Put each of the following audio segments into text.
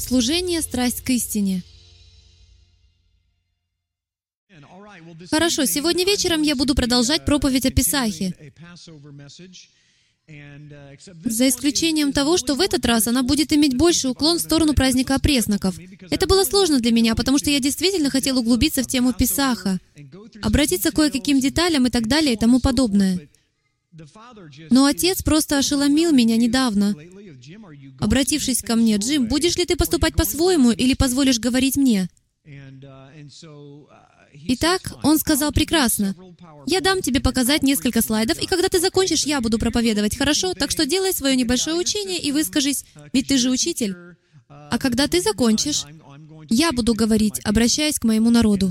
Служение — страсть к истине. Хорошо, сегодня вечером я буду продолжать проповедь о Песахе. За исключением того, что в этот раз она будет иметь больший уклон в сторону праздника опресноков. Это было сложно для меня, потому что я действительно хотел углубиться в тему Песаха, обратиться к кое-каким деталям и так далее и тому подобное. Но Отец просто ошеломил меня недавно, обратившись ко мне: «Джим, будешь ли ты поступать по-своему или позволишь говорить мне?» Итак, Он сказал: «Прекрасно. Я дам тебе показать несколько слайдов, и когда ты закончишь, я буду проповедовать, хорошо? Так что делай свое небольшое учение и выскажись, ведь ты же учитель. А когда ты закончишь, я буду говорить, обращаясь к моему народу».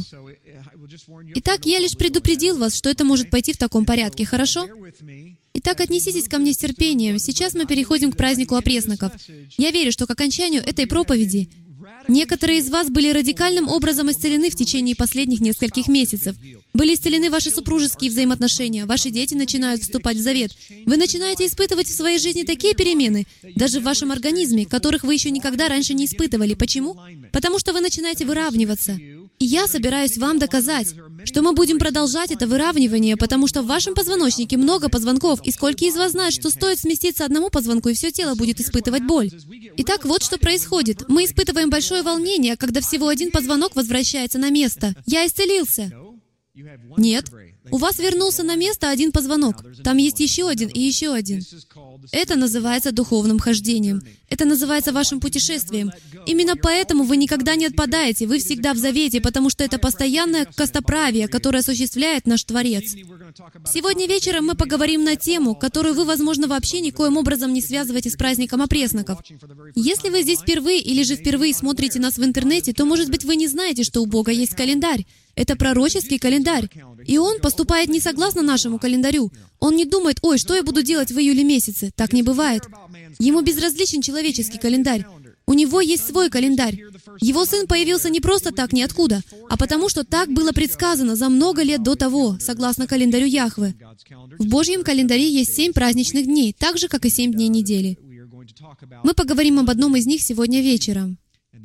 Итак, я лишь предупредил вас, что это может пойти в таком порядке, хорошо? Итак, отнеситесь ко мне с терпением. Сейчас мы переходим к празднику опресноков. Я верю, что к окончанию этой проповеди некоторые из вас были радикальным образом исцелены в течение последних нескольких месяцев. Были исцелены ваши супружеские взаимоотношения, ваши дети начинают вступать в завет. Вы начинаете испытывать в своей жизни такие перемены, даже в вашем организме, которых вы еще никогда раньше не испытывали. Почему? Потому что вы начинаете выравниваться. И я собираюсь вам доказать, что мы будем продолжать это выравнивание, потому что в вашем позвоночнике много позвонков, и сколько из вас знают, что стоит сместиться одному позвонку, и все тело будет испытывать боль. Итак, вот что происходит. Мы испытываем большое волнение, когда всего один позвонок возвращается на место. Я исцелился. Нет. У вас вернулся на место один позвонок. Там есть еще один и еще один. Это называется духовным хождением. Это называется вашим путешествием. Именно поэтому вы никогда не отпадаете, вы всегда в завете, потому что это постоянное костоправие, которое осуществляет наш Творец. Сегодня вечером мы поговорим на тему, которую вы, возможно, вообще никоим образом не связываете с праздником опресноков. Если вы здесь впервые или же впервые смотрите нас в интернете, то, может быть, вы не знаете, что у Бога есть календарь. Это пророческий календарь. И Он поступает не согласно нашему календарю. Он не думает: «Ой, что я буду делать в июле месяце?» Так не бывает. Ему безразличен человеческий календарь. У Него есть свой календарь. Его Сын появился не просто так, ниоткуда, а потому что так было предсказано за много лет до того, согласно календарю Яхве. В Божьем календаре есть 7 праздничных дней, так же, как и 7 дней недели. Мы поговорим об одном из них сегодня вечером.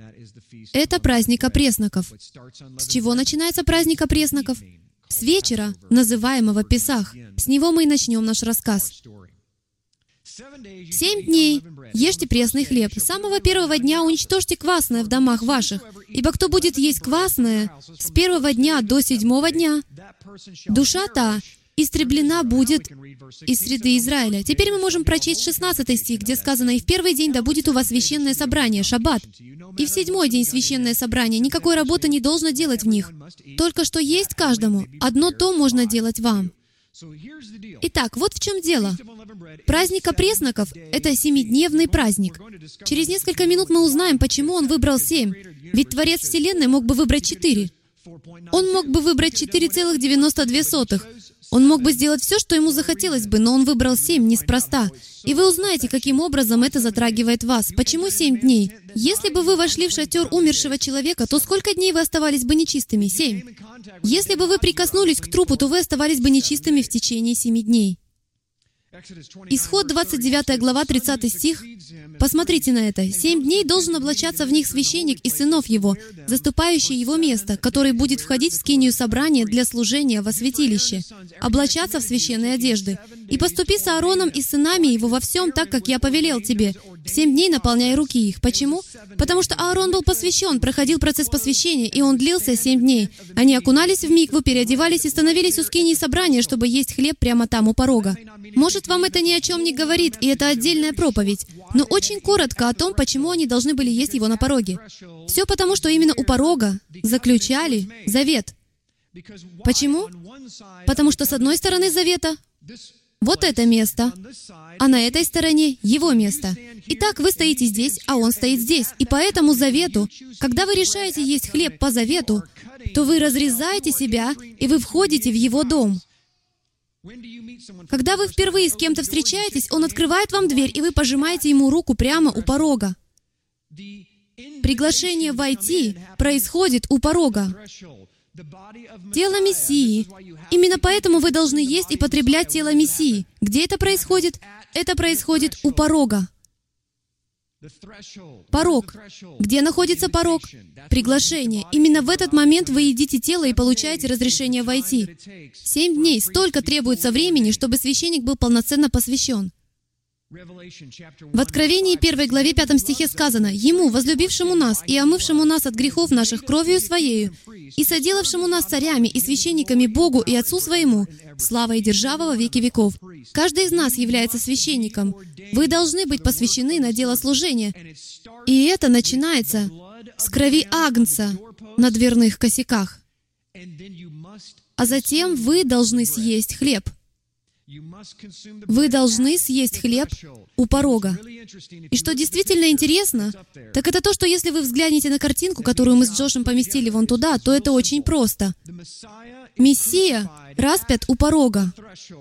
Это праздник опресноков. С чего начинается праздник опресноков? С вечера, называемого Песах. С него мы и начнем наш рассказ. 7 дней ешьте пресный хлеб. С самого первого дня уничтожьте квасное в домах ваших. Ибо кто будет есть квасное с первого дня до 7-го дня, душа та истреблена будет из среды Израиля. Теперь мы можем прочесть 16 стих, где сказано: «И в первый день да будет у вас священное собрание, шаббат. И в 7-й день священное собрание. Никакой работы не должно делать в них. Только что есть каждому. Одно то можно делать вам». Итак, вот в чем дело. Праздник опресноков — это 7-дневный праздник. Через несколько минут мы узнаем, почему Он выбрал 7. Ведь Творец Вселенной мог бы выбрать 4. Он мог бы выбрать 4,92. Он мог бы сделать все, что ему захотелось бы, но Он выбрал 7 неспроста. И вы узнаете, каким образом это затрагивает вас. Почему 7 дней? Если бы вы вошли в шатер умершего человека, то сколько дней вы оставались бы нечистыми? 7. Если бы вы прикоснулись к трупу, то вы оставались бы нечистыми в течение 7 дней. Исход 29 глава, 30 стих. Посмотрите на это. 7 дней должен облачаться в них священник и сынов его, заступающий его место, который будет входить в скинию собрания для служения во святилище, облачаться в священные одежды. «И поступи с Аароном и сынами его во всем так, как я повелел тебе. В 7 дней наполняй руки их». Почему? Потому что Аарон был посвящен, проходил процесс посвящения, и он длился 7 дней. Они окунались в микву, переодевались и становились у скинии собрания, чтобы есть хлеб прямо там у порога. Может, вам это ни о чем не говорит, и это отдельная проповедь, но очень коротко о том, почему они должны были есть его на пороге. Все потому, что именно у порога заключали завет. Почему? Потому что с одной стороны завета вот это место, а на этой стороне его место. Итак, вы стоите здесь, а он стоит здесь. И по этому завету, когда вы решаете есть хлеб по завету, то вы разрезаете себя, и вы входите в его дом. Когда вы впервые с кем-то встречаетесь, он открывает вам дверь, и вы пожимаете ему руку прямо у порога. Приглашение войти происходит у порога. Тело Мессии. Именно поэтому вы должны есть и потреблять тело Мессии. Где это происходит? Это происходит у порога. Порог. Где находится порог? Приглашение. Именно в этот момент вы едите тело и получаете разрешение войти. 7 дней. Столько требуется времени, чтобы священник был полноценно посвящен. В Откровении 1 главе 5 стихе сказано: «Ему, возлюбившему нас и омывшему нас от грехов наших кровью Своею, и соделавшему нас царями и священниками Богу и Отцу Своему, слава и держава во веки веков». Каждый из нас является священником. Вы должны быть посвящены на дело служения. И это начинается с крови Агнца на дверных косяках. А затем вы должны съесть хлеб. Вы должны съесть хлеб у порога. И что действительно интересно, так это то, что если вы взглянете на картинку, которую мы с Джошем поместили вон туда, то это очень просто. Мессия распят у порога.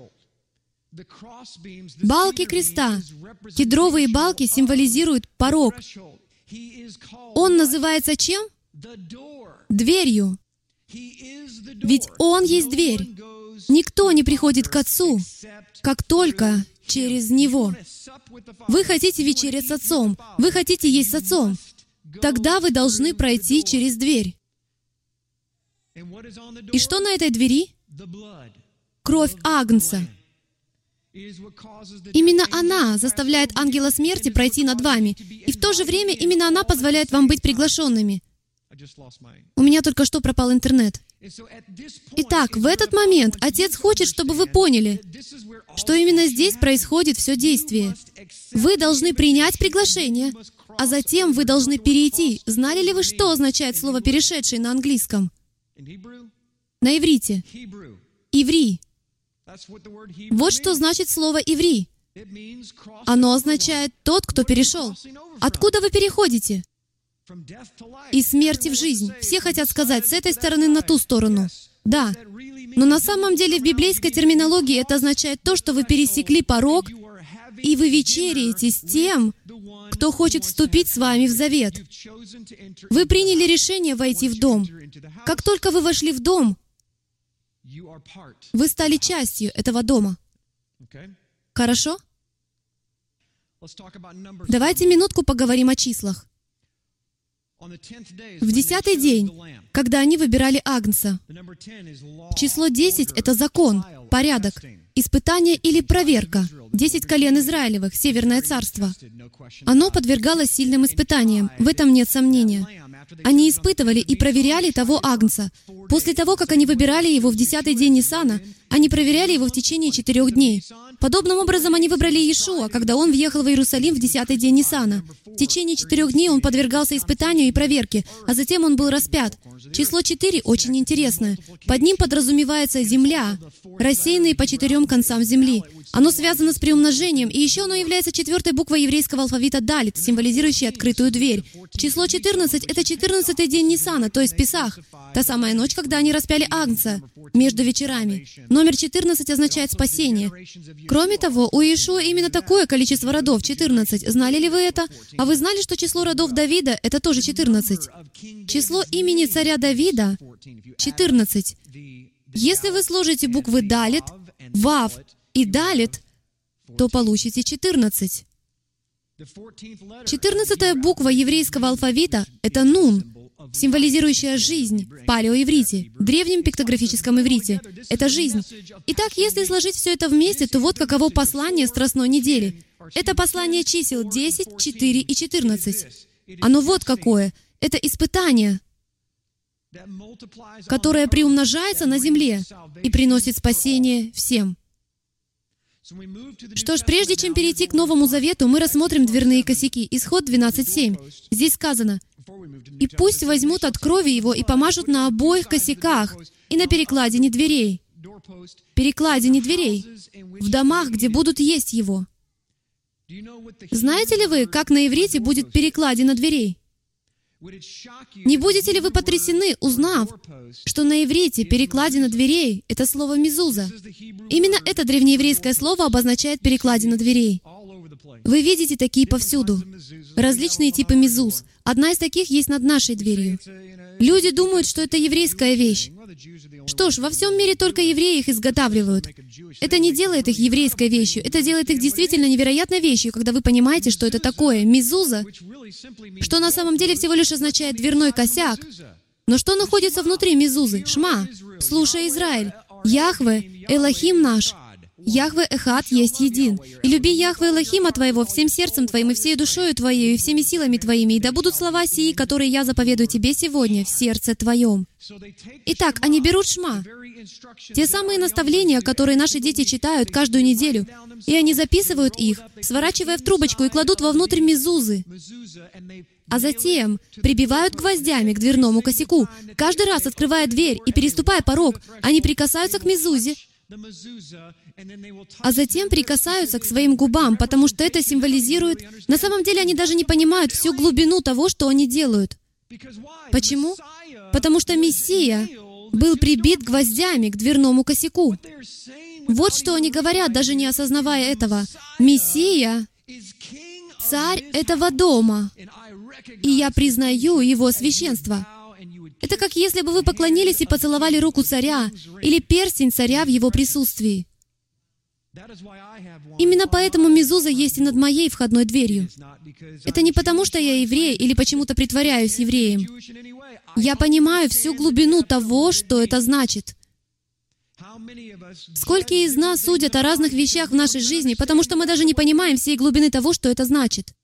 Балки креста, кедровые балки символизируют порог. Он называется чем? Дверью. Ведь Он есть дверь. Никто не приходит к Отцу, как только через Него. Вы хотите вечерять с Отцом, вы хотите есть с Отцом. Тогда вы должны пройти через дверь. И что на этой двери? Кровь Агнца. Именно она заставляет ангела смерти пройти над вами. И в то же время именно она позволяет вам быть приглашенными. У меня только что пропал интернет. Итак, в этот момент Отец хочет, чтобы вы поняли, что именно здесь происходит все действие. Вы должны принять приглашение, а затем вы должны перейти. Знали ли вы, что означает слово «перешедший» на английском? На иврите. Иври. Вот что значит слово «иври». Оно означает «тот, кто перешел». Откуда вы переходите? Из смерти в жизнь. Все хотят сказать, с этой стороны на ту сторону. Да. Но на самом деле в библейской терминологии это означает то, что вы пересекли порог, и вы вечеряете с тем, кто хочет вступить с вами в завет. Вы приняли решение войти в дом. Как только вы вошли в дом, вы стали частью этого дома. Хорошо? Давайте минутку поговорим о числах. В 10-й день, когда они выбирали Агнца, число 10 — это закон, порядок, испытание или проверка. 10 колен Израилевых, Северное царство. Оно подвергалось сильным испытаниям, в этом нет сомнения. Они испытывали и проверяли того Агнца. После того, как они выбирали его в 10-й день Ниссана, они проверяли его в течение 4 дней. Подобным образом они выбрали Иешуа, когда он въехал в Иерусалим в 10-й день Ниссана. В течение 4 дней он подвергался испытанию и проверке, а затем он был распят. Число 4 очень интересное. Под ним подразумевается земля, рассеянные по 4 концам земли. Оно связано с приумножением, и еще оно является 4-й буквой еврейского алфавита Далит, символизирующей открытую дверь. Число 14 — это 14-й день Ниссана, то есть Песах. Та самая ночь, когда они распяли Агнца между вечерами. Номер 14 означает спасение. Кроме того, у Иешуа именно такое количество родов — 14. Знали ли вы это? А вы знали, что число родов Давида — это тоже 14? Число имени царя Давида — 14. Если вы сложите буквы Далит, Вав и Далит, то получите 14. 14-я буква еврейского алфавита — это Нун, символизирующая жизнь в палеоиврите, древнем пиктографическом иврите. Это жизнь. Итак, если сложить все это вместе, то вот каково послание Страстной недели. Это послание чисел 10, 4 и 14. Оно вот какое. Это испытание, которое приумножается на земле и приносит спасение всем. Что ж, прежде чем перейти к Новому Завету, мы рассмотрим дверные косяки. Исход 12:7. Здесь сказано: «И пусть возьмут от крови его и помажут на обоих косяках и на перекладине дверей». Перекладине дверей. В домах, где будут есть его. Знаете ли вы, как на иврите будет перекладина дверей? Не будете ли вы потрясены, узнав, что на иврите перекладина дверей — это слово «мезуза»? Именно это древнееврейское слово обозначает перекладина дверей. Вы видите такие повсюду. Различные типы мезуз. Одна из таких есть над нашей дверью. Люди думают, что это еврейская вещь. Что ж, во всем мире только евреи их изготавливают. Это не делает их еврейской вещью. Это делает их действительно невероятной вещью, когда вы понимаете, что это такое. Мезуза, что на самом деле всего лишь означает дверной косяк. Но что находится внутри мезузы? Шма. Слушай, Израиль. Яхве, Элохим наш. Яхве Эхад есть един. И люби Яхве Элохима твоего всем сердцем твоим, и всей душою твоей, и всеми силами твоими, и да будут слова сии, которые я заповедую тебе сегодня в сердце твоем. Итак, они берут Шма, те самые наставления, которые наши дети читают каждую неделю, и они записывают их, сворачивая в трубочку, и кладут вовнутрь мезузы, а затем прибивают гвоздями к дверному косяку. Каждый раз, открывая дверь и переступая порог, они прикасаются к мезузе, а затем прикасаются к своим губам, потому что это символизирует... На самом деле они даже не понимают всю глубину того, что они делают. Почему? Потому что Мессия был прибит гвоздями к дверному косяку. Вот что они говорят, даже не осознавая этого. Мессия — царь этого дома, и я признаю его священство. Это как если бы вы поклонились и поцеловали руку царя или перстень царя в его присутствии. Именно поэтому мезуза есть и над моей входной дверью. Это не потому, что я еврей или почему-то притворяюсь евреем. Я понимаю всю глубину того, что это значит. Сколько из нас судят о разных вещах в нашей жизни, потому что мы даже не понимаем всей глубины того, что это значит.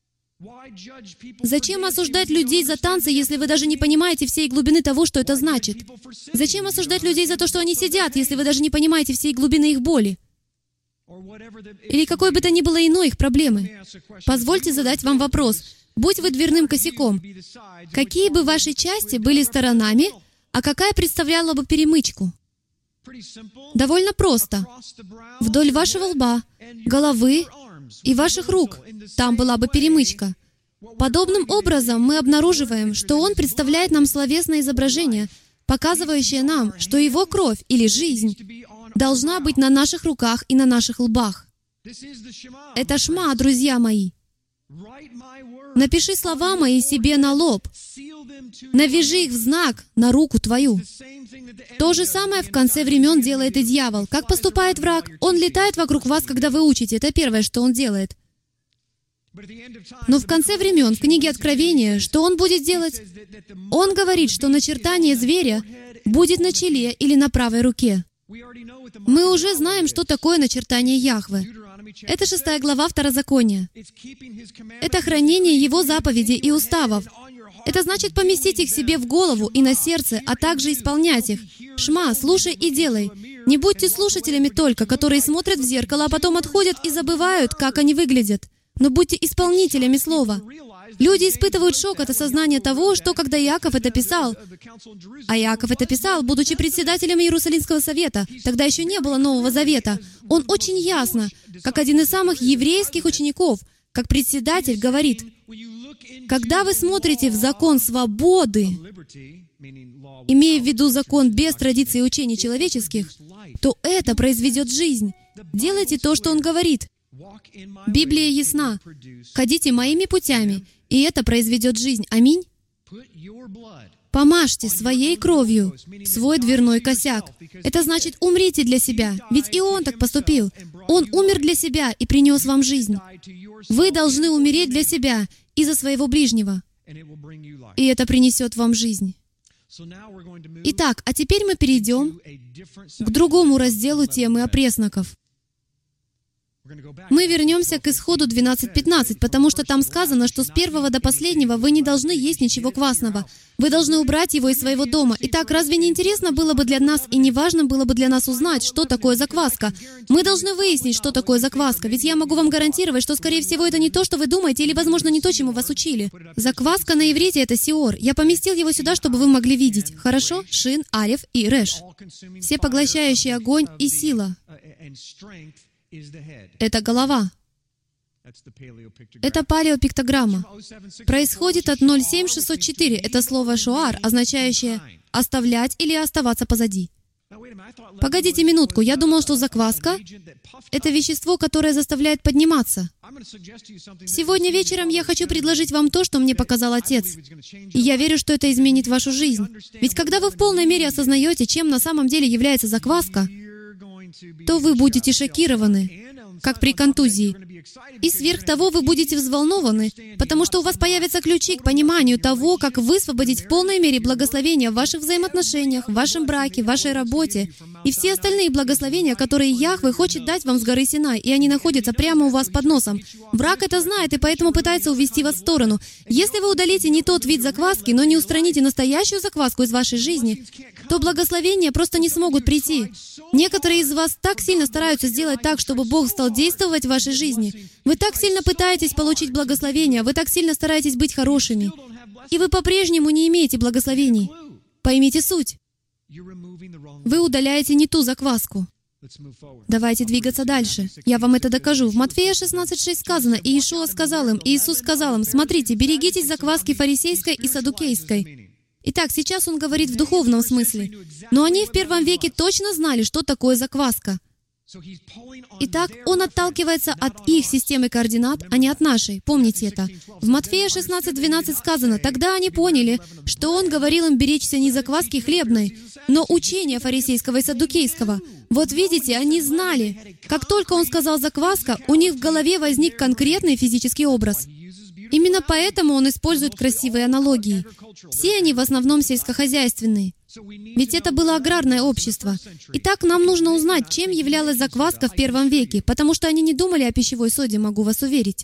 Зачем осуждать людей за танцы, если вы даже не понимаете всей глубины того, что это значит? Зачем осуждать людей за то, что они сидят, если вы даже не понимаете всей глубины их боли? Или какой бы то ни было иной их проблемы? Позвольте задать вам вопрос. Будь вы дверным косяком, какие бы ваши части были сторонами, а какая представляла бы перемычку? Довольно просто. Вдоль вашего лба, головы и ваших рук там была бы перемычка. Подобным образом мы обнаруживаем, что Он представляет нам словесное изображение, показывающее нам, что Его кровь или жизнь должна быть на наших руках и на наших лбах. Это Шма, друзья мои. Напиши слова мои себе на лоб. Навяжи их в знак на руку твою. То же самое в конце времен делает и дьявол. Как поступает враг? Он летает вокруг вас, когда вы учите. Это первое, что он делает. Но в конце времен, в книге Откровения, что он будет делать? Он говорит, что начертание зверя будет на челе или на правой руке. Мы уже знаем, что такое начертание Яхве. Это 6 глава Второзакония. Это хранение Его заповедей и уставов. Это значит поместить их себе в голову и на сердце, а также исполнять их. Шма, слушай и делай. Не будьте слушателями только, которые смотрят в зеркало, а потом отходят и забывают, как они выглядят. Но будьте исполнителями слова. Люди испытывают шок от осознания того, что когда Иаков это писал, а Иаков это писал, будучи председателем Иерусалимского совета, тогда еще не было Нового Завета, он очень ясно, как один из самых еврейских учеников, как председатель говорит, когда вы смотрите в закон свободы, имея в виду закон без традиций и учений человеческих, то это произведет жизнь. Делайте то, что он говорит. Библия ясна. Ходите моими путями, и это произведет жизнь. Аминь. Помажьте своей кровью свой дверной косяк. Это значит, умрите для себя, ведь и Он так поступил. Он умер для себя и принес вам жизнь. Вы должны умереть для себя и за своего ближнего, и это принесет вам жизнь. Итак, а теперь мы перейдем к другому разделу темы опресноков. Мы вернемся к Исходу 12:15, потому что там сказано, что с первого до последнего вы не должны есть ничего квасного. Вы должны убрать его из своего дома. Итак, разве не интересно было бы для нас и не важно было бы для нас узнать, что такое закваска? Мы должны выяснить, что такое закваска, ведь я могу вам гарантировать, что, скорее всего, это не то, что вы думаете, или, возможно, не то, чему вас учили. Закваска на иврите — это сиор. Я поместил его сюда, чтобы вы могли видеть. Хорошо? Шин, алеф и реш. Все поглощающий огонь и сила. Это голова. Это палеопиктограмма. Происходит от 07604. Это слово «шоар», означающее «оставлять» или «оставаться позади». Погодите минутку, я думал, что закваска — это вещество, которое заставляет подниматься. Сегодня вечером я хочу предложить вам то, что мне показал Отец. И я верю, что это изменит вашу жизнь. Ведь когда вы в полной мере осознаете, чем на самом деле является закваска, то вы будете шокированы, как при контузии. И сверх того вы будете взволнованы, потому что у вас появятся ключи к пониманию того, как высвободить в полной мере благословения в ваших взаимоотношениях, в вашем браке, в вашей работе и все остальные благословения, которые Яхве хочет дать вам с горы Синай, и они находятся прямо у вас под носом. Враг это знает и поэтому пытается увести вас в сторону. Если вы удалите не тот вид закваски, но не устраните настоящую закваску из вашей жизни, то благословения просто не смогут прийти. Некоторые из вас так сильно стараются сделать так, чтобы Бог стал действовать в вашей жизни. Вы так сильно пытаетесь получить благословения, вы так сильно стараетесь быть хорошими, и вы по-прежнему не имеете благословений. Поймите суть. Вы удаляете не ту закваску. Давайте двигаться дальше. Я вам это докажу. В Матфея 16:6 сказано, и Иешуа сказал им, Иисус сказал им, «Смотрите, берегитесь закваски фарисейской и саддукейской». Итак, сейчас он говорит в духовном смысле. Но они в первом веке точно знали, что такое закваска. Итак, он отталкивается от их системы координат, а не от нашей. Помните это. В Матфея 16:12 сказано, «Тогда они поняли, что он говорил им беречься не закваски хлебной, но учения фарисейского и саддукейского». Вот видите, они знали. Как только он сказал «закваска», у них в голове возник конкретный физический образ. Именно поэтому он использует красивые аналогии. Все они в основном сельскохозяйственные. Ведь это было аграрное общество. Итак, нам нужно узнать, чем являлась закваска в первом веке, потому что они не думали о пищевой соде, могу вас уверить.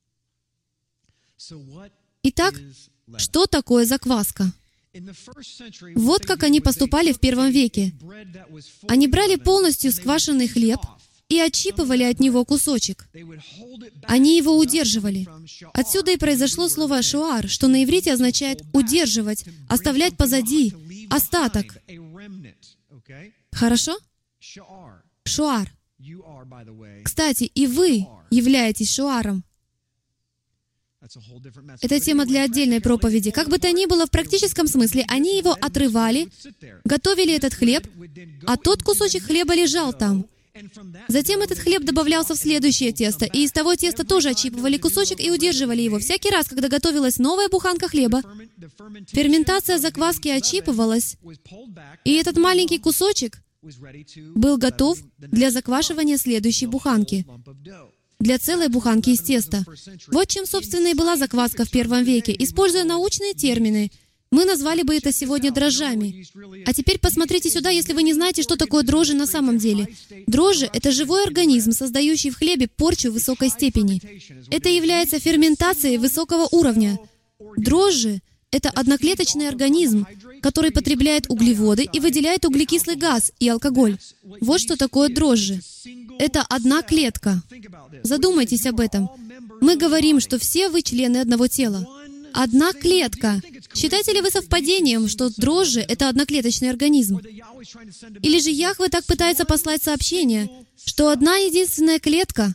Итак, что такое закваска? Вот как они поступали в первом веке. Они брали полностью сквашенный хлеб и отщипывали от него кусочек. Они его удерживали. Отсюда и произошло слово «шуар», что на иврите означает «удерживать», «оставлять позади», «остаток». Хорошо? Шуар. Кстати, и вы являетесь шуаром. Это тема для отдельной проповеди. Как бы то ни было, в практическом смысле, они его отрывали, готовили этот хлеб, а тот кусочек хлеба лежал там. Затем этот хлеб добавлялся в следующее тесто, и из того теста тоже отщипывали кусочек и удерживали его. Всякий раз, когда готовилась новая буханка хлеба, ферментация закваски отщипывалась, и этот маленький кусочек был готов для заквашивания следующей буханки, для целой буханки из теста. Вот чем, собственно, и была закваска в первом веке. Используя научные термины, мы назвали бы это сегодня дрожжами. А теперь посмотрите сюда, если вы не знаете, что такое дрожжи на самом деле. Дрожжи — это живой организм, создающий в хлебе порчу высокой степени. Это является ферментацией высокого уровня. Дрожжи — это одноклеточный организм, который потребляет углеводы и выделяет углекислый газ и алкоголь. Вот что такое дрожжи. Это одна клетка. Задумайтесь об этом. Мы говорим, что все вы члены одного тела. Одна клетка. Считаете ли вы совпадением, что дрожжи — это одноклеточный организм? Или же Яхве так пытается послать сообщение, что одна единственная клетка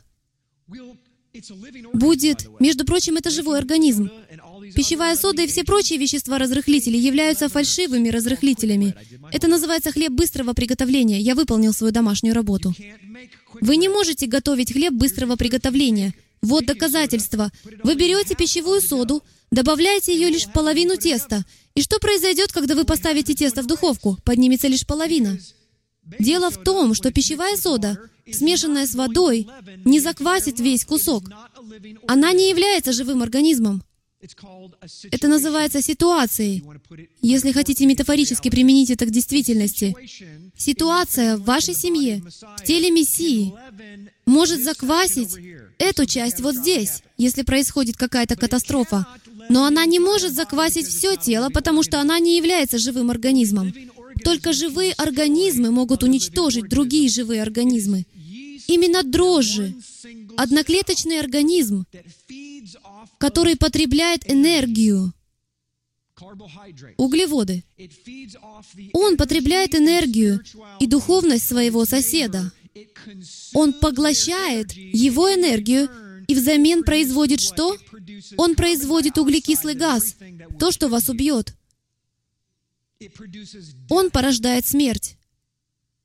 будет... Между прочим, это живой организм. Пищевая сода и все прочие вещества-разрыхлители являются фальшивыми разрыхлителями. Это называется хлеб быстрого приготовления. Я выполнил свою домашнюю работу. Вы не можете готовить хлеб быстрого приготовления. Вот доказательство. Вы берете пищевую соду, добавляете ее лишь в половину теста. И что произойдет, когда вы поставите тесто в духовку? Поднимется лишь половина. Дело в том, что пищевая сода, смешанная с водой, не заквасит весь кусок. Она не является живым организмом. Это называется ситуацией. Если хотите метафорически применить это к действительности, ситуация в вашей семье, в теле Мессии, может заквасить эту часть вот здесь, если происходит какая-то катастрофа. Но она не может заквасить все тело, потому что она не является живым организмом. Только живые организмы могут уничтожить другие живые организмы. Именно дрожжи, одноклеточный организм, который потребляет энергию, углеводы. Он потребляет энергию и духовность своего соседа. Он поглощает его энергию и взамен производит что? Он производит углекислый газ, то, что вас убьет. Он порождает смерть.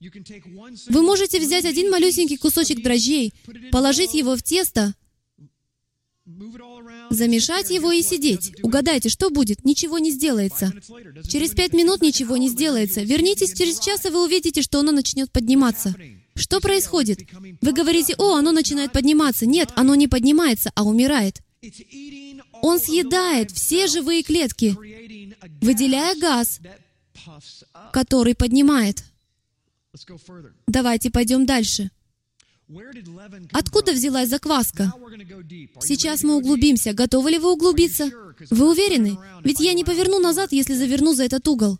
Вы можете взять один малюсенький кусочек дрожжей, положить его в тесто, замешать его и сидеть. Угадайте, что будет? Ничего не сделается. Через 5 минут ничего не сделается. Вернитесь через час, и вы увидите, что оно начнет подниматься. Что происходит? Вы говорите: «О, оно начинает подниматься». Нет, оно не поднимается, а умирает. Он съедает все живые клетки, выделяя газ, который поднимает. Давайте пойдем дальше. Откуда взялась закваска? Сейчас мы углубимся. Готовы ли вы углубиться? Вы уверены? Ведь я не поверну назад, если заверну за этот угол.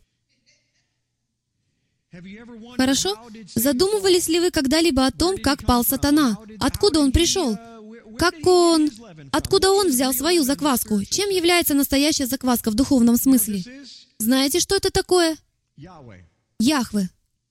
Хорошо? Задумывались ли вы когда-либо о том, как пал сатана? Откуда он пришел? Откуда он взял свою закваску? Чем является настоящая закваска в духовном смысле? Знаете, что это такое? Яхве.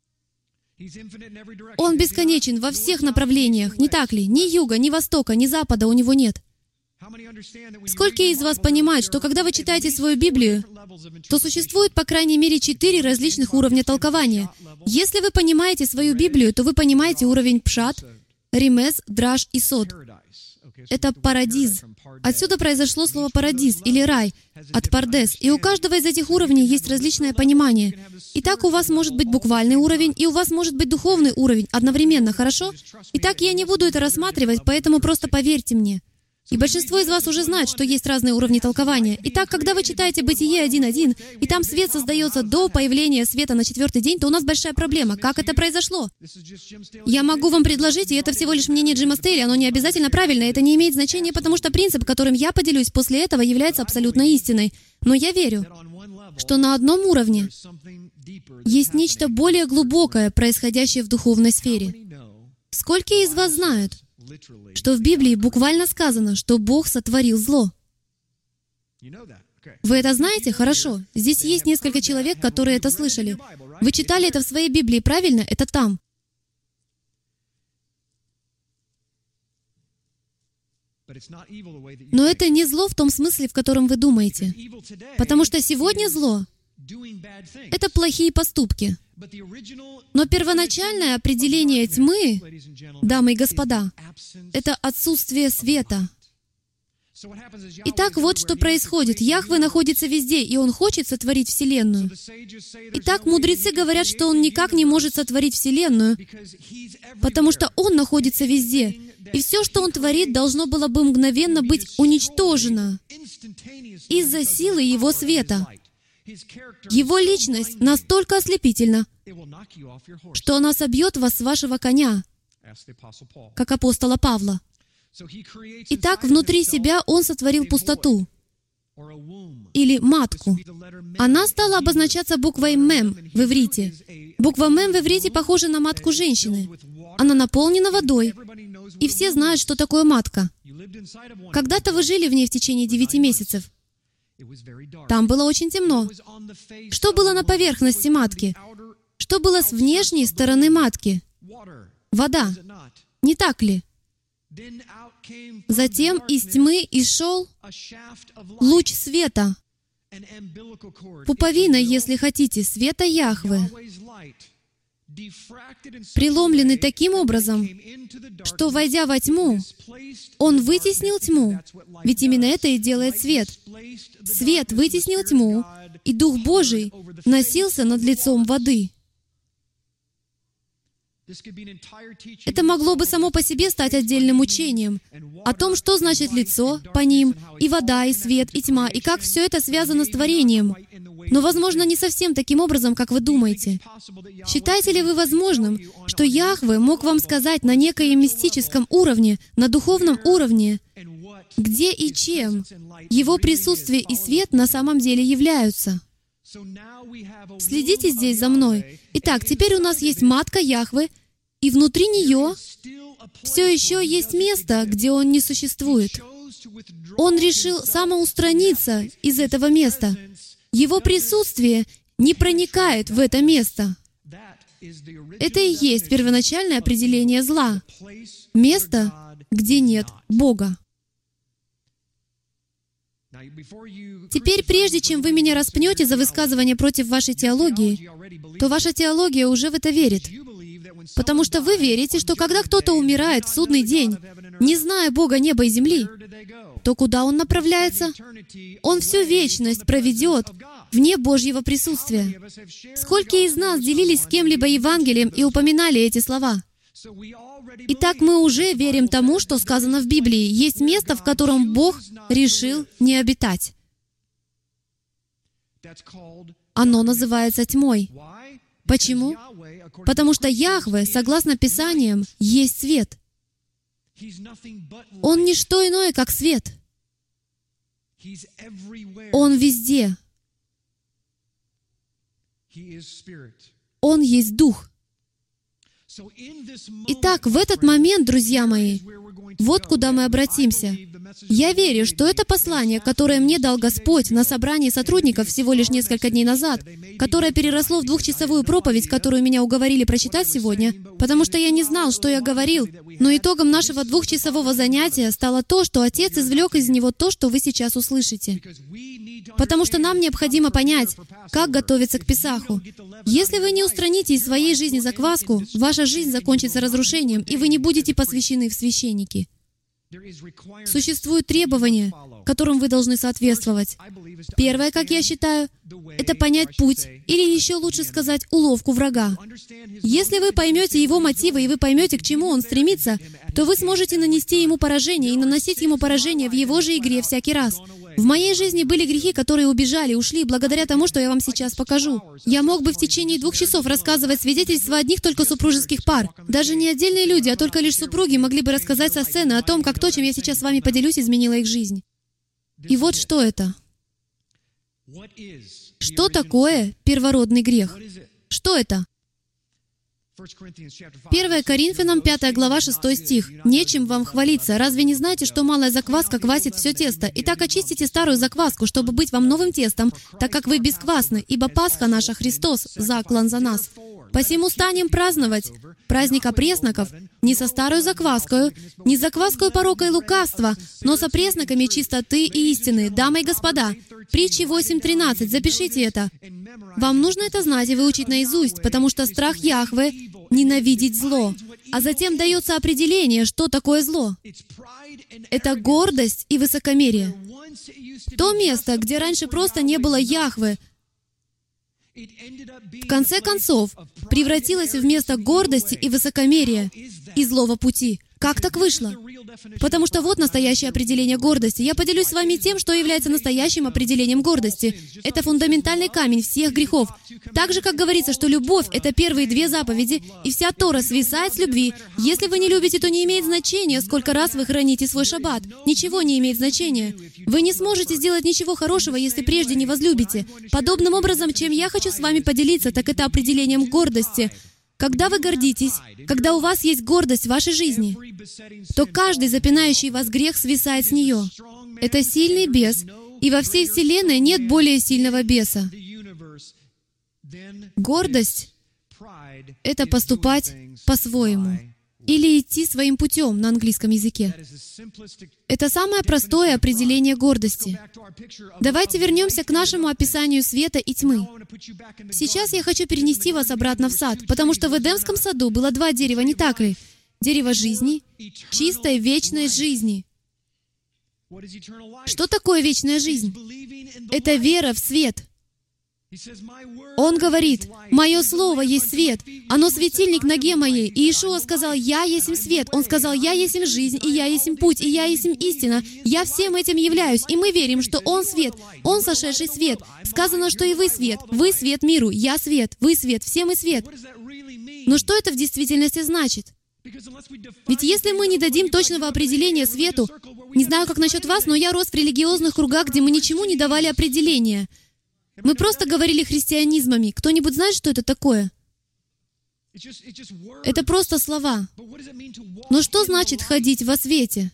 Он бесконечен во всех направлениях, не так ли? Ни юга, ни востока, ни запада у него нет. Сколько из вас понимают, что когда вы читаете свою Библию, то существует по крайней мере 4 различных уровня толкования. Если вы понимаете свою Библию, то вы понимаете уровень Пшат, Ремез, Драш и Сод. Это парадиз. Отсюда произошло слово парадиз или рай, от пардес. И у каждого из этих уровней есть различное понимание. Итак, у вас может быть буквальный уровень, и у вас может быть духовный уровень одновременно, хорошо? Итак, я не буду это рассматривать, поэтому просто поверьте мне. И большинство из вас уже знает, что есть разные уровни толкования. Итак, когда вы читаете Бытие 1.1, и там свет создается до появления света на 4-й день, то у нас большая проблема. Как это произошло? Я могу вам предложить, и это всего лишь мнение Джима Стейли, оно не обязательно правильное, это не имеет значения, потому что принцип, которым я поделюсь после этого, является абсолютно истиной. Но я верю, что на одном уровне есть нечто более глубокое, происходящее в духовной сфере. Сколько из вас знают, что в Библии буквально сказано, что Бог сотворил зло? Вы это знаете? Хорошо. Здесь есть несколько человек, которые это слышали. Вы читали это в своей Библии, правильно? Это там. Но это не зло в том смысле, в котором вы думаете. Потому что сегодня зло — это плохие поступки. Но первоначальное определение тьмы, дамы и господа, это отсутствие света. Итак, вот что происходит. Яхве находится везде, и Он хочет сотворить Вселенную. Итак, мудрецы говорят, что Он никак не может сотворить Вселенную, потому что Он находится везде. И все, что Он творит, должно было бы мгновенно быть уничтожено из-за силы Его света. Его личность настолько ослепительна, что она собьет вас с вашего коня, как апостола Павла. Итак, внутри себя Он сотворил пустоту, или матку. Она стала обозначаться буквой «мем» в иврите. Буква «мем» в иврите похожа на матку женщины. Она наполнена водой, и все знают, что такое матка. Когда-то вы жили в ней в течение 9 месяцев. Там было очень темно. Что было на поверхности матки? Что было с внешней стороны матки? Вода. Не так ли? Затем из тьмы изшел луч света. Пуповина, если хотите, света Яхве, преломленный таким образом, что, войдя во тьму, Он вытеснил тьму, ведь именно это и делает свет. Свет вытеснил тьму, и Дух Божий носился над лицом воды. Это могло бы само по себе стать отдельным учением о том, что значит лицо по ним, и вода, и свет, и тьма, и как все это связано с творением. Но, возможно, не совсем таким образом, как вы думаете. Считаете ли вы возможным, что Яхве мог вам сказать на некоем мистическом уровне, на духовном уровне, где и чем Его присутствие и свет на самом деле являются? Следите здесь за мной. Итак, теперь у нас есть матка Яхве, и внутри нее все еще есть место, где Он не существует. Он решил самоустраниться из этого места. Его присутствие не проникает в это место. Это и есть первоначальное определение зла. Место, где нет Бога. Теперь, прежде чем вы меня распнете за высказывание против вашей теологии, то ваша теология уже в это верит. Потому что вы верите, что когда кто-то умирает в судный день, не зная Бога неба и земли, то куда он направляется? Он всю вечность проведет вне Божьего присутствия. Сколько из нас делились с кем-либо Евангелием и упоминали эти слова? Итак, мы уже верим тому, что сказано в Библии. Есть место, в котором Бог решил не обитать. Оно называется тьмой. Почему? Потому что Яхве, согласно Писаниям, есть свет. Он не что иное, как свет. Он везде. Он есть Дух. Итак, в этот момент, друзья мои, вот куда мы обратимся. Я верю, что это послание, которое мне дал Господь на собрании сотрудников всего лишь несколько дней назад, которое переросло в 2-часовую проповедь, которую меня уговорили прочитать сегодня, потому что я не знал, что я говорил, но итогом нашего 2-часового занятия стало то, что Отец извлек из него то, что вы сейчас услышите. Потому что нам необходимо понять, как готовиться к Песаху. Если вы не устраните из своей жизни закваску, ваша жизнь закончится разрушением, и вы не будете посвящены в священники. Существуют требования, которым вы должны соответствовать. Первое, как я считаю, это понять путь, или еще лучше сказать, уловку врага. Если вы поймете его мотивы, и вы поймете, к чему он стремится, то вы сможете нанести ему поражение и наносить ему поражение в его же игре всякий раз. В моей жизни были грехи, которые убежали, ушли, благодаря тому, что я вам сейчас покажу. Я мог бы в течение 2 часов рассказывать свидетельства одних только супружеских пар. Даже не отдельные люди, а только лишь супруги могли бы рассказать со сцены о том, как то, чем я сейчас с вами поделюсь, изменило их жизнь. И вот что это. Что такое первородный грех? Что это? 1 Коринфянам 5 глава 6 стих. «Нечем вам хвалиться. Разве не знаете, что малая закваска квасит все тесто? Итак, очистите старую закваску, чтобы быть вам новым тестом, так как вы бесквасны, ибо Пасха наша Христос, заклан за нас. Посему станем праздновать праздник опресноков не со старою закваскою, не с закваскою порока и лукавства, но с опресноками чистоты и истины. Дамы и господа, притчи 8:13, запишите это. Вам нужно это знать и выучить наизусть, потому что страх Яхве — ненавидеть зло. А затем дается определение, что такое зло. Это гордость и высокомерие. То место, где раньше просто не было Яхве, в конце концов, превратилось в место гордости и высокомерия и злого пути. Как так вышло? Потому что вот настоящее определение гордости. Я поделюсь с вами тем, что является настоящим определением гордости. Это фундаментальный камень всех грехов. Так же, как говорится, что любовь — это первые 2 заповеди, и вся Тора свисает с любви. Если вы не любите, то не имеет значения, сколько раз вы храните свой шаббат. Ничего не имеет значения. Вы не сможете сделать ничего хорошего, если прежде не возлюбите. Подобным образом, чем я хочу с вами поделиться, так это определением гордости. Когда вы гордитесь, когда у вас есть гордость в вашей жизни, то каждый запинающий вас грех свисает с нее. Это сильный бес, и во всей Вселенной нет более сильного беса. Гордость — это поступать по-своему. Или идти своим путем на английском языке. Это самое простое определение гордости. Давайте вернемся к нашему описанию света и тьмы. Сейчас я хочу перенести вас обратно в сад, потому что в Эдемском саду было 2 дерева, не так ли? Дерево жизни, чистой вечной жизни. Что такое вечная жизнь? Это вера в свет. Он говорит, «Мое слово есть свет, оно светильник ноге моей». И Иешуа сказал, «Я есмь свет». Он сказал, «Я есмь жизнь, и я есмь путь, и я есмь истина». Я всем этим являюсь, и мы верим, что Он свет, Он сошедший свет. Сказано, что и вы свет, вы свет миру, я свет, вы свет, все мы свет. Но что это в действительности значит? Ведь если мы не дадим точного определения свету, не знаю, как насчет вас, но я рос в религиозных кругах, где мы ничему не давали определения. Мы просто говорили христианизмами. Кто-нибудь знает, что это такое? Это просто слова. Но что значит ходить во свете?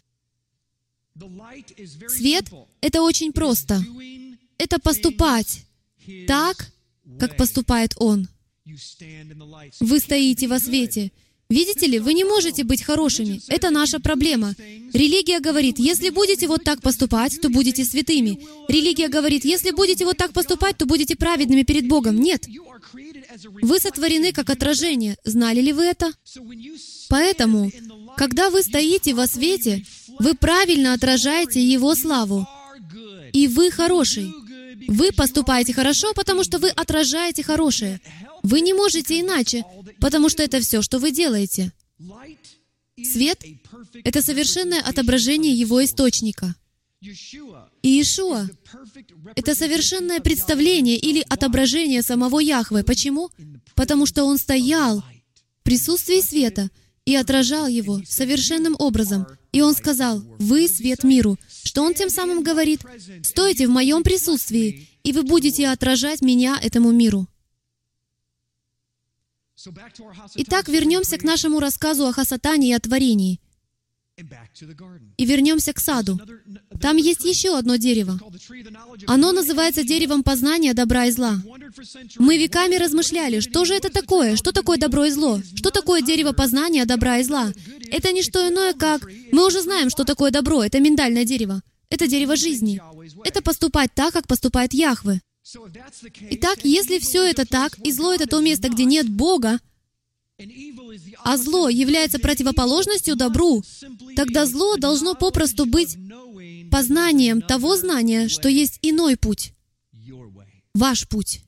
Свет — это очень просто. Это поступать так, как поступает Он. Вы стоите во свете. Видите ли, вы не можете быть хорошими. Это наша проблема. Религия говорит, если будете вот так поступать, то будете святыми. Религия говорит, если будете вот так поступать, то будете праведными перед Богом. Нет. Вы сотворены как отражение. Знали ли вы это? Поэтому, когда вы стоите во свете, вы правильно отражаете Его славу. И вы хороший. Вы поступаете хорошо, потому что вы отражаете хорошее. Вы не можете иначе, потому что это все, что вы делаете. Свет — это совершенное отображение Его источника. И Иешуа — это совершенное представление или отображение самого Яхве. Почему? Потому что Он стоял в присутствии света и отражал его совершенным образом. И Он сказал, «Вы — свет миру». Что Он тем самым говорит? «Стойте в Моем присутствии, и вы будете отражать Меня этому миру». Итак, вернемся к нашему рассказу о Хасатане и о творении. И вернемся к саду. Там есть еще одно дерево. Оно называется деревом познания добра и зла. Мы веками размышляли, что же это такое? Что такое добро и зло? Что такое дерево познания добра и зла? Это не что иное, как... Мы уже знаем, что такое добро. Это миндальное дерево. Это дерево жизни. Это поступать так, как поступает Яхве. Итак, если все это так, и зло — это то место, где нет Бога, а зло является противоположностью добру, тогда зло должно попросту быть познанием того знания, что есть иной путь, ваш путь.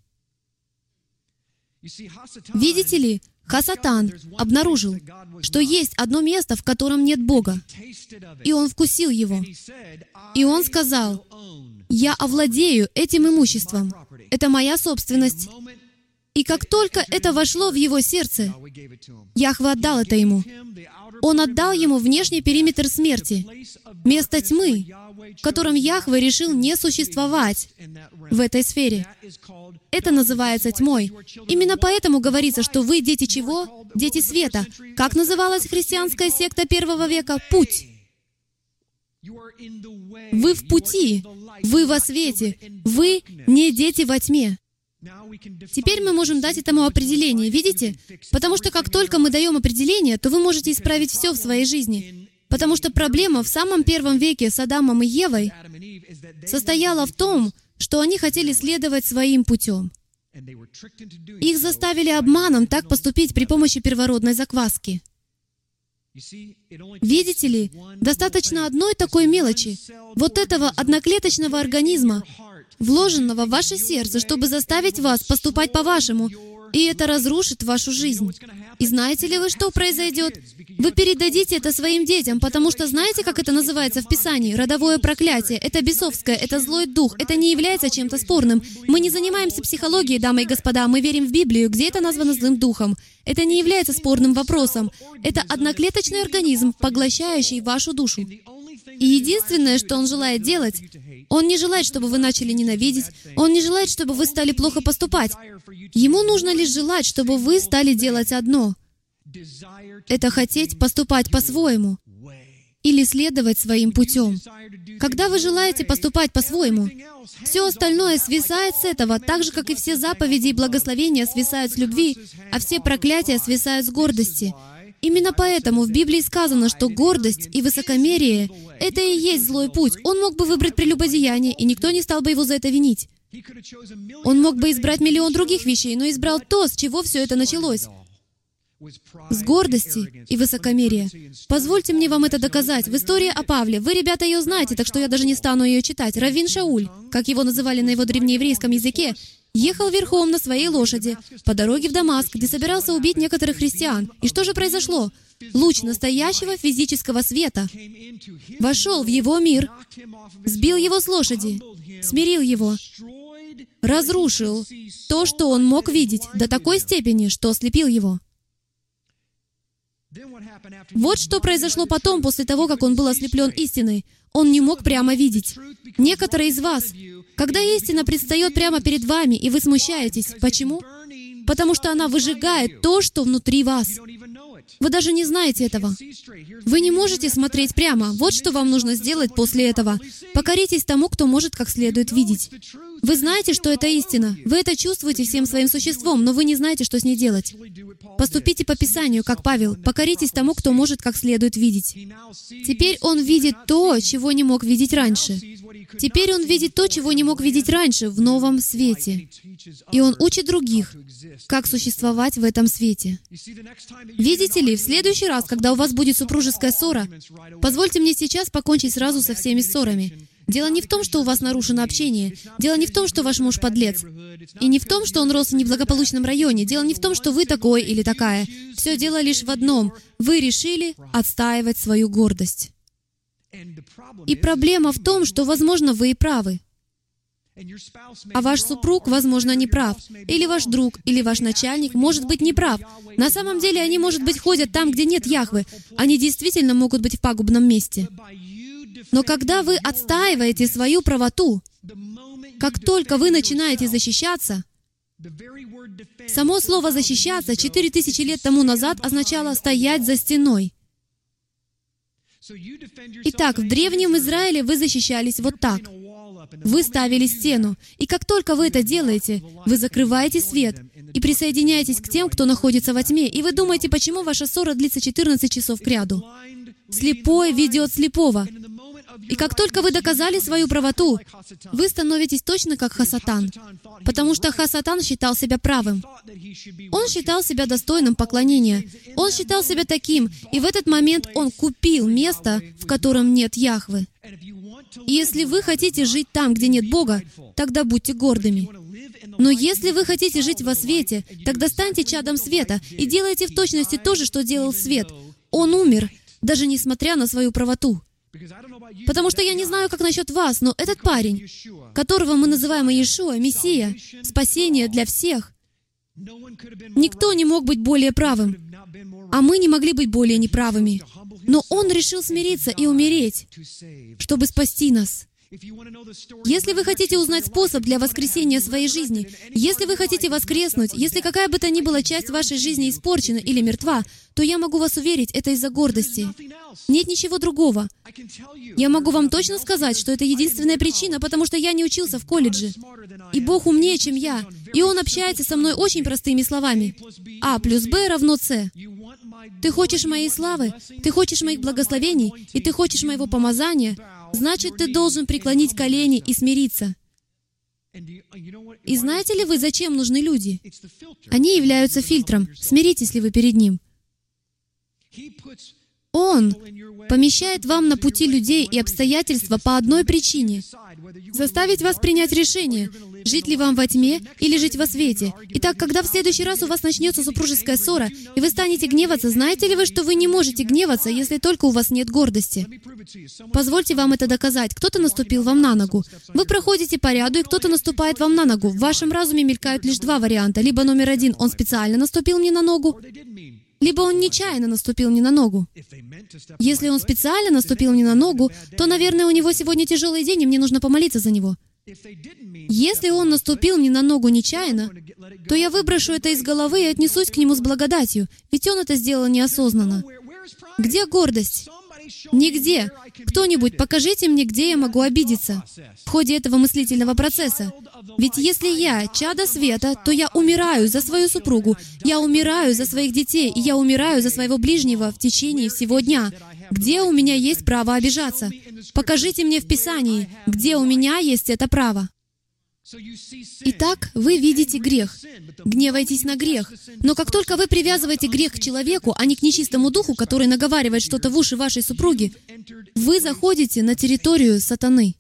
Видите ли, Хасатан обнаружил, что есть одно место, в котором нет Бога, и он вкусил его. И он сказал, «Я овладею этим имуществом. Это моя собственность». И как только это вошло в его сердце, Яхве отдал это ему. Он отдал ему внешний периметр смерти, место тьмы, в котором Яхве решил не существовать в этой сфере. Это называется тьмой. Именно поэтому говорится, что вы дети чего? Дети света. Как называлась христианская секта первого века? Путь. Вы в пути, вы во свете, вы не дети во тьме. Теперь мы можем дать этому определение, видите? Потому что как только мы даем определение, то вы можете исправить все в своей жизни. Потому что проблема в самом первом веке с Адамом и Евой состояла в том, что они хотели следовать своим путем. Их заставили обманом так поступить при помощи первородной закваски. Видите ли, достаточно одной такой мелочи, вот этого одноклеточного организма, вложенного в ваше сердце, чтобы заставить вас поступать по-вашему, и это разрушит вашу жизнь. И знаете ли вы, что произойдет? Вы передадите это своим детям, потому что знаете, как это называется в Писании? Родовое проклятие. Это бесовское, это злой дух. Это не является чем-то спорным. Мы не занимаемся психологией, дамы и господа. Мы верим в Библию, где это названо злым духом. Это не является спорным вопросом. Это одноклеточный организм, поглощающий вашу душу. И единственное, что он желает делать, он не желает, чтобы вы начали ненавидеть, он не желает, чтобы вы стали плохо поступать. Ему нужно лишь желать, чтобы вы стали делать одно. Это хотеть поступать по-своему или следовать своим путем. Когда вы желаете поступать по-своему, все остальное свисает с этого, так же, как и все заповеди и благословения свисают с любви, а все проклятия свисают с гордости. Именно поэтому в Библии сказано, что гордость и высокомерие — это и есть злой путь. Он мог бы выбрать прелюбодеяние, и никто не стал бы его за это винить. Он мог бы избрать миллион других вещей, но избрал то, с чего все это началось. С гордости и высокомерия. Позвольте мне вам это доказать. В истории о Павле. Вы, ребята, ее знаете, так что я даже не стану ее читать. Раввин Шауль, как его называли на его древнееврейском языке, ехал верхом на своей лошади по дороге в Дамаск, где собирался убить некоторых христиан. И что же произошло? Луч настоящего физического света вошел в его мир, сбил его с лошади, смирил его, разрушил то, что он мог видеть, до такой степени, что ослепил его. Вот что произошло потом, после того, как он был ослеплен истиной. Он не мог прямо видеть. Некоторые из вас, когда истина предстает прямо перед вами, и вы смущаетесь. Почему? Потому что она выжигает то, что внутри вас. Вы даже не знаете этого. Вы не можете смотреть прямо. Вот что вам нужно сделать после этого. Покоритесь тому, кто может как следует видеть. Вы знаете, что это истина. Вы это чувствуете всем своим существом, но вы не знаете, что с ней делать. Поступите по Писанию, как Павел. Покоритесь тому, кто может как следует видеть. Теперь он видит то, чего не мог видеть раньше. Теперь он видит то, чего не мог видеть раньше, в новом свете. И он учит других, как существовать в этом свете. Видите ли, в следующий раз, когда у вас будет супружеская ссора, позвольте мне сейчас покончить сразу со всеми ссорами. Дело не в том, что у вас нарушено общение. Дело не в том, что ваш муж подлец. И не в том, что он рос в неблагополучном районе. Дело не в том, что вы такой или такая. Все дело лишь в одном. Вы решили отстаивать свою гордость. И проблема в том, что, возможно, вы и правы. А ваш супруг, возможно, не прав. Или ваш друг, или ваш начальник может быть не прав. На самом деле, они, может быть, ходят там, где нет Яхвы. Они действительно могут быть в пагубном месте. Но когда вы отстаиваете свою правоту, как только вы начинаете защищаться, само слово «защищаться» 4000 лет тому назад означало «стоять за стеной». Итак, в Древнем Израиле вы защищались вот так. Вы ставили стену. И как только вы это делаете, вы закрываете свет и присоединяетесь к тем, кто находится во тьме. И вы думаете, почему ваша ссора длится 14 часов кряду? Слепой ведет слепого. И как только вы доказали свою правоту, вы становитесь точно как Хасатан, потому что Хасатан считал себя правым. Он считал себя достойным поклонения. Он считал себя таким, и в этот момент он купил место, в котором нет Яхвы. И если вы хотите жить там, где нет Бога, тогда будьте гордыми. Но если вы хотите жить во свете, тогда станьте чадом света и делайте в точности то же, что делал свет. Он умер, даже несмотря на свою правоту. Потому что я не знаю, как насчет вас, но этот парень, которого мы называем Иешуа, Мессия, спасение для всех, никто не мог быть более правым, а мы не могли быть более неправыми. Но он решил смириться и умереть, чтобы спасти нас. Если вы хотите узнать способ для воскресения своей жизни, если вы хотите воскреснуть, если какая бы то ни была часть вашей жизни испорчена или мертва, то я могу вас уверить, это из-за гордости. Нет ничего другого. Я могу вам точно сказать, что это единственная причина, потому что я не учился в колледже. И Бог умнее, чем я. И Он общается со мной очень простыми словами. А плюс Б равно С. Ты хочешь моей славы, ты хочешь моих благословений, и ты хочешь моего помазания, значит, ты должен преклонить колени и смириться. И знаете ли вы, зачем нужны люди? Они являются фильтром. Смиритесь ли вы перед Ним? Он помещает вам на пути людей и обстоятельства по одной причине — заставить вас принять решение, жить ли вам во тьме или жить во свете. Итак, когда в следующий раз у вас начнется супружеская ссора, и вы станете гневаться, знаете ли вы, что вы не можете гневаться, если только у вас нет гордости? Позвольте вам это доказать. Кто-то наступил вам на ногу. Вы проходите по ряду, и кто-то наступает вам на ногу. В вашем разуме мелькают лишь два варианта. Либо номер один — он специально наступил мне на ногу, либо он нечаянно наступил мне на ногу. Если он специально наступил мне на ногу, то, наверное, у него сегодня тяжелый день, и мне нужно помолиться за него. Если он наступил мне на ногу нечаянно, то я выброшу это из головы и отнесусь к нему с благодатью, ведь он это сделал неосознанно. Где гордость? Нигде. Кто-нибудь, покажите мне, где я могу обидеться в ходе этого мыслительного процесса. Ведь если я чадо света, то я умираю за свою супругу, я умираю за своих детей, и я умираю за своего ближнего в течение всего дня. Где у меня есть право обижаться? Покажите мне в Писании, где у меня есть это право. Итак, вы видите грех. Гневайтесь на грех. Но как только вы привязываете грех к человеку, а не к нечистому духу, который наговаривает что-то в уши вашей супруги, вы заходите на территорию сатаны.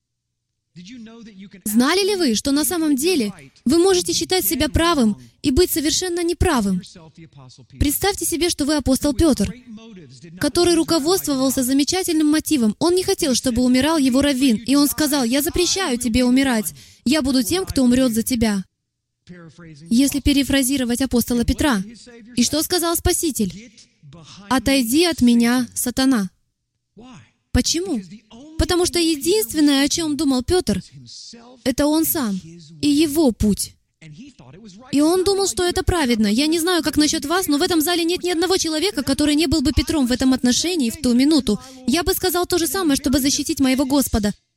Знали ли вы, что на самом деле вы можете считать себя правым и быть совершенно неправым? Представьте себе, что вы апостол Петр, который руководствовался замечательным мотивом. Он не хотел, чтобы умирал его раввин, и он сказал: «Я запрещаю тебе умирать. Я буду тем, кто умрет за тебя». Если перефразировать апостола Петра. И что сказал Спаситель? «Отойди от меня, сатана». Почему? Потому что единственное, о чем думал Петр, это он сам и его путь. И он думал, что это праведно. Я не знаю, как насчет вас, но в этом зале нет ни одного человека, который не был бы Петром в этом отношении в ту минуту. Я бы сказал то же самое, чтобы защитить моего Господа.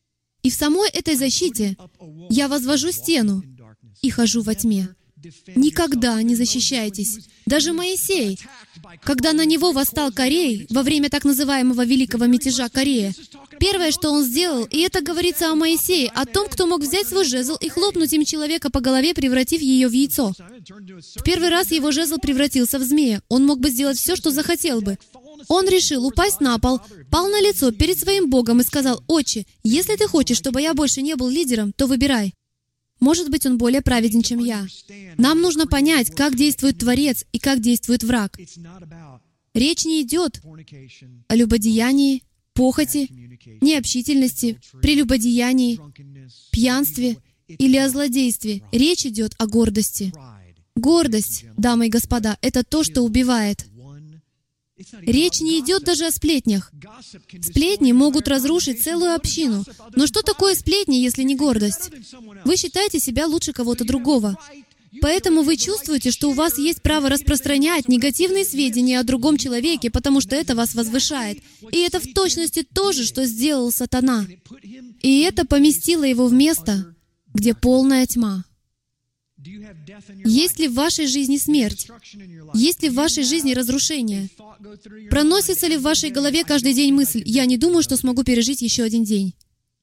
И в самой этой защите я возвожу стену и хожу во тьме. Никогда не защищайтесь. Даже Моисей, когда на него восстал Корей во время так называемого Великого мятежа Корея, первое, что он сделал, и это говорится о Моисее, о том, кто мог взять свой жезл и хлопнуть им человека по голове, превратив ее в яйцо. В первый раз его жезл превратился в змея. Он мог бы сделать все, что захотел бы. Он решил упасть на пол, пал на лицо перед своим Богом и сказал: «Отче, если ты хочешь, чтобы я больше не был лидером, то выбирай». Может быть, он более праведен, чем я. Нам нужно понять, как действует Творец и как действует враг. Речь не идет о любодеянии, похоти, необщительности, прелюбодеянии, пьянстве или о злодействе. Речь идет о гордости. Гордость, дамы и господа, это то, что убивает. Речь не идет даже о сплетнях. Сплетни могут разрушить целую общину. Но что такое сплетни, если не гордость? Вы считаете себя лучше кого-то другого. Поэтому вы чувствуете, что у вас есть право распространять негативные сведения о другом человеке, потому что это вас возвышает. И это в точности то же, что сделал сатана. И это поместило его в место, где полная тьма. Есть ли в вашей жизни смерть? Есть ли в вашей жизни разрушение? Проносится ли в вашей голове каждый день мысль: «Я не думаю, что смогу пережить еще один день»?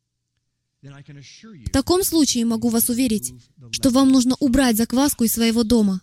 В таком случае могу вас уверить, что вам нужно убрать закваску из своего дома.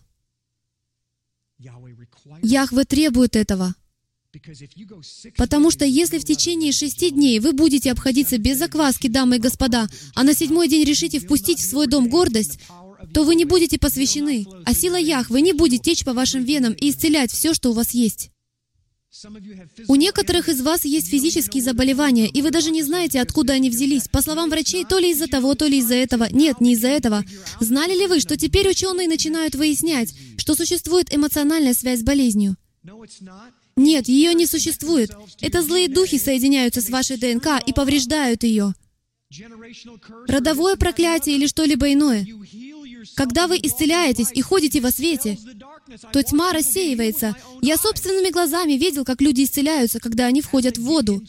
Яхве требует этого. Потому что если в течение 6 дней вы будете обходиться без закваски, дамы и господа, а на 7-й день решите впустить в свой дом гордость, то вы не будете посвящены, а сила Яхве не будет течь по вашим венам и исцелять все, что у вас есть. У некоторых из вас есть физические заболевания, и вы даже не знаете, откуда они взялись. По словам врачей, то ли из-за того, то ли из-за этого. Нет, не из-за этого. Знали ли вы, что теперь ученые начинают выяснять, что существует эмоциональная связь с болезнью? Нет, ее не существует. Это злые духи соединяются с вашей ДНК и повреждают ее. Родовое проклятие или что-либо иное. Когда вы исцеляетесь и ходите во свете, то тьма рассеивается. Я собственными глазами видел, как люди исцеляются, когда они входят в воду.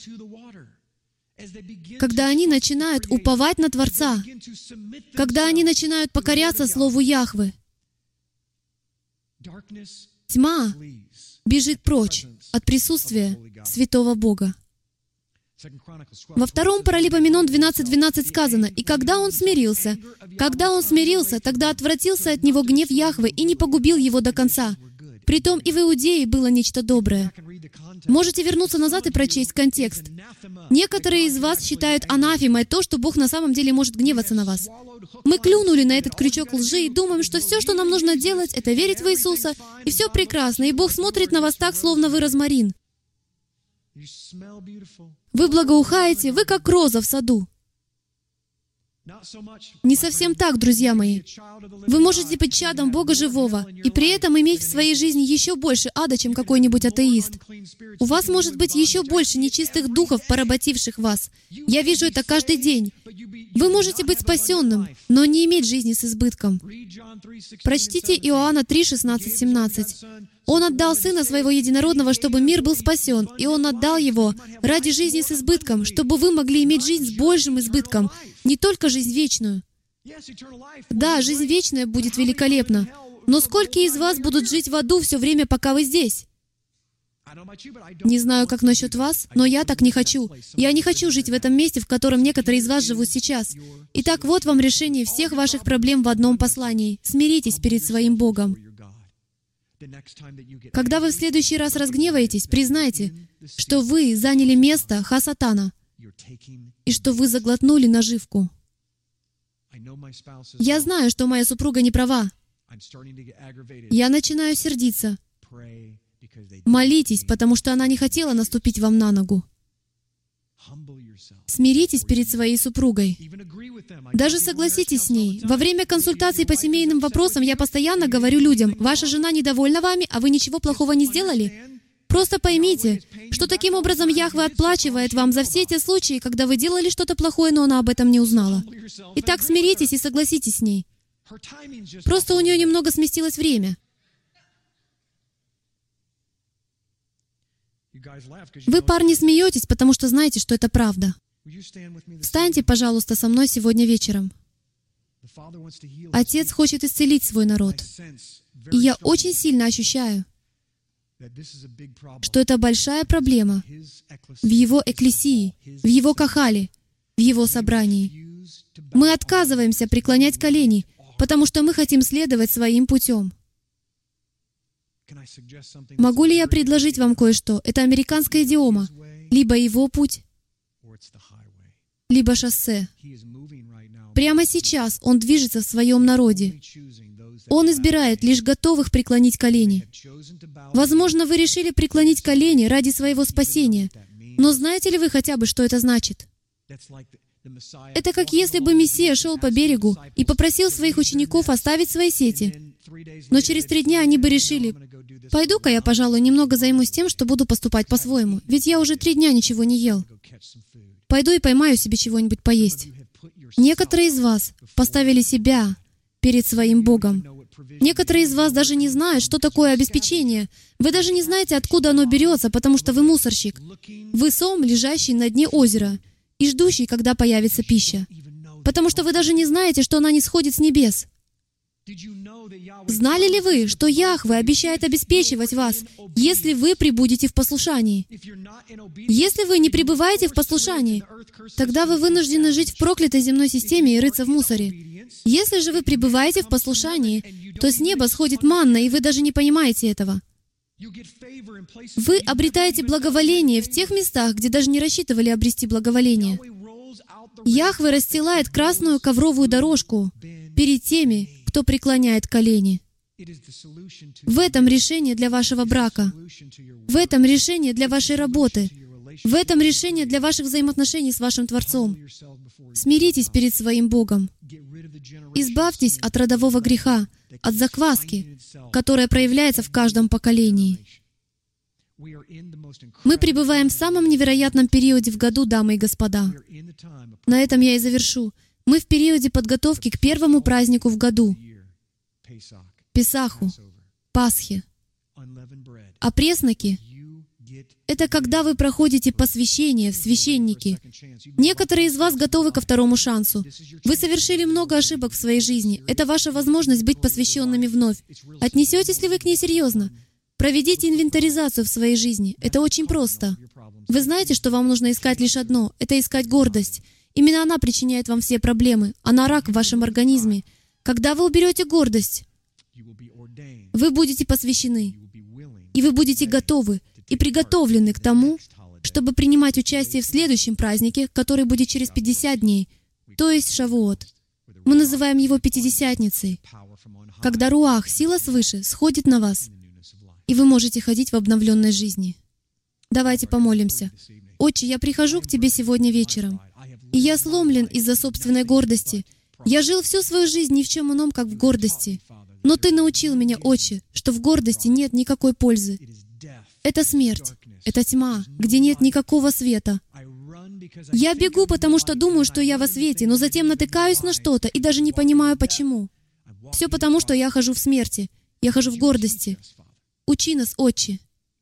Когда они начинают уповать на Творца. Когда они начинают покоряться Слову Яхвы. Тьма бежит прочь от присутствия Святого Бога. Во 2 Паралипоменон 12:12 сказано: «И когда он смирился, тогда отвратился от него гнев Яхвы и не погубил его до конца. Притом и в Иудее было нечто доброе». Можете вернуться назад и прочесть контекст. Некоторые из вас считают анафемой то, что Бог на самом деле может гневаться на вас. Мы клюнули на этот крючок лжи и думаем, что все, что нам нужно делать, это верить в Иисуса, и все прекрасно, и Бог смотрит на вас так, словно вы розмарин. Вы благоухаете, вы как роза в саду. Не совсем так, друзья мои. Вы можете быть чадом Бога Живого и при этом иметь в своей жизни еще больше ада, чем какой-нибудь атеист. У вас может быть еще больше нечистых духов, поработивших вас. Я вижу это каждый день. Вы можете быть спасенным, но не иметь жизни с избытком. Прочтите Иоанна 3, 16, 17. «Он отдал Сына Своего Единородного, чтобы мир был спасен, и Он отдал Его ради жизни с избытком, чтобы вы могли иметь жизнь с большим избытком, не только жизнь вечную». Да, жизнь вечная будет великолепна, но сколько из вас будут жить в аду все время, пока вы здесь? Не знаю, как насчет вас, но я так не хочу. Я не хочу жить в этом месте, в котором некоторые из вас живут сейчас. Итак, вот вам решение всех ваших проблем в одном послании. Смиритесь перед своим Богом. Когда вы в следующий раз разгневаетесь, признайте, что вы заняли место Ха-Сатана и что вы заглотнули наживку. Я знаю, что моя супруга не права. Я начинаю сердиться. Молитесь, потому что она не хотела наступить вам на ногу. Смиритесь перед своей супругой. Даже согласитесь с ней. Во время консультаций по семейным вопросам я постоянно говорю людям: «Ваша жена недовольна вами, а вы ничего плохого не сделали?» Просто поймите, что таким образом Яхве отплачивает вам за все те случаи, когда вы делали что-то плохое, но она об этом не узнала. Итак, смиритесь и согласитесь с ней. Просто у нее немного сместилось время. Вы, парни, смеетесь, потому что знаете, что это правда. Встаньте, пожалуйста, со мной сегодня вечером. Отец хочет исцелить свой народ. И я очень сильно ощущаю, что это большая проблема в Его экклесии, в Его кахале, в Его собрании. Мы отказываемся преклонять колени, потому что мы хотим следовать своим путем. Могу ли я предложить вам кое-что? Это американская идиома. Либо Его путь, либо шоссе. Прямо сейчас Он движется в своем народе. Он избирает лишь готовых преклонить колени. Возможно, вы решили преклонить колени ради своего спасения, но знаете ли вы хотя бы, что это значит? Это как если бы Мессия шел по берегу и попросил своих учеников оставить свои сети. Но через 3 дня они бы решили: «Пойду-ка я, пожалуй, немного займусь тем, что буду поступать по-своему, ведь я уже 3 дня ничего не ел. Пойду и поймаю себе чего-нибудь поесть». Некоторые из вас поставили себя перед своим Богом. Некоторые из вас даже не знают, что такое обеспечение. Вы даже не знаете, откуда оно берется, потому что вы мусорщик. Вы сом, лежащий на дне озера и ждущий, когда появится пища. Потому что вы даже не знаете, что она не сходит с небес. Знали ли вы, что Яхве обещает обеспечивать вас, если вы пребудете в послушании? Если вы не пребываете в послушании, тогда вы вынуждены жить в проклятой земной системе и рыться в мусоре. Если же вы пребываете в послушании, то с неба сходит манна, и вы даже не понимаете этого. Вы обретаете благоволение в тех местах, где даже не рассчитывали обрести благоволение. Яхве расстилает красную ковровую дорожку перед теми, кто преклоняет колени. В этом решение для вашего брака. В этом решение для вашей работы. В этом решение для ваших взаимоотношений с вашим Творцом. Смиритесь перед своим Богом. Избавьтесь от родового греха, от закваски, которая проявляется в каждом поколении. Мы пребываем в самом невероятном периоде в году, дамы и господа. На этом я и завершу. Мы в периоде подготовки к первому празднику в году — Песаху, Пасхе. А пресноки — это когда вы проходите посвящение в священники. Некоторые из вас готовы ко второму шансу. Вы совершили много ошибок в своей жизни. Это ваша возможность быть посвященными вновь. Отнесетесь ли вы к ней серьезно? Проведите инвентаризацию в своей жизни. Это очень просто. Вы знаете, что вам нужно искать лишь одно — это искать гордость. Именно она причиняет вам все проблемы. Она рак в вашем организме. Когда вы уберете гордость, вы будете посвящены, и вы будете готовы и приготовлены к тому, чтобы принимать участие в следующем празднике, который будет через 50 дней, то есть Шавуот. Мы называем его Пятидесятницей, когда Руах, сила свыше, сходит на вас, и вы можете ходить в обновленной жизни. Давайте помолимся. Отче, я прихожу к Тебе сегодня вечером, и я сломлен из-за собственной гордости. Я жил всю свою жизнь ни в чем ином, как в гордости. Но Ты научил меня, Отче, что в гордости нет никакой пользы. Это смерть, это тьма, где нет никакого света. Я бегу, потому что думаю, что я во свете, но затем натыкаюсь на что-то и даже не понимаю, почему. Все потому, что я хожу в смерти, я хожу в гордости. Учи нас, Отче.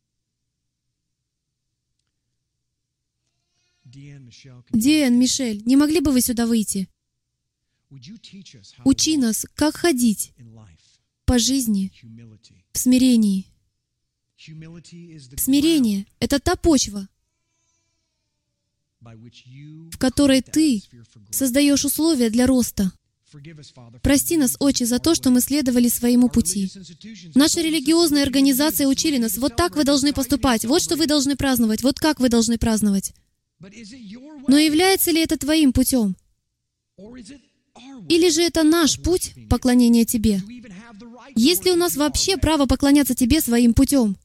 Диэн, Мишель, не могли бы вы сюда выйти? Учи нас, как ходить по жизни в смирении. Смирение — это та почва, в которой Ты создаешь условия для роста. Прости нас, Отче, за то, что мы следовали своему пути. Наши религиозные организации учили нас: вот так вы должны поступать, вот что вы должны праздновать, вот как вы должны праздновать. Но является ли это Твоим путем? Или же это наш путь поклонения Тебе? Есть ли у нас вообще право поклоняться Тебе своим путем?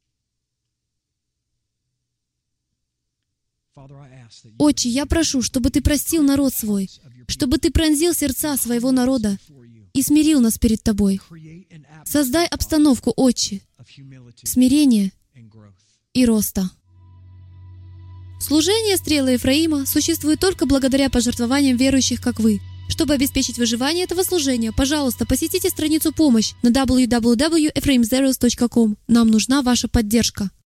Отче, я прошу, чтобы Ты простил народ свой, чтобы Ты пронзил сердца своего народа и смирил нас перед Тобой. Создай обстановку, Отче, смирения и роста. Служение «Стрелы Ефраима» существует только благодаря пожертвованиям верующих, как вы. Чтобы обеспечить выживание этого служения, пожалуйста, посетите страницу «Помощь» на www.ephraimzeros.com. Нам нужна ваша поддержка.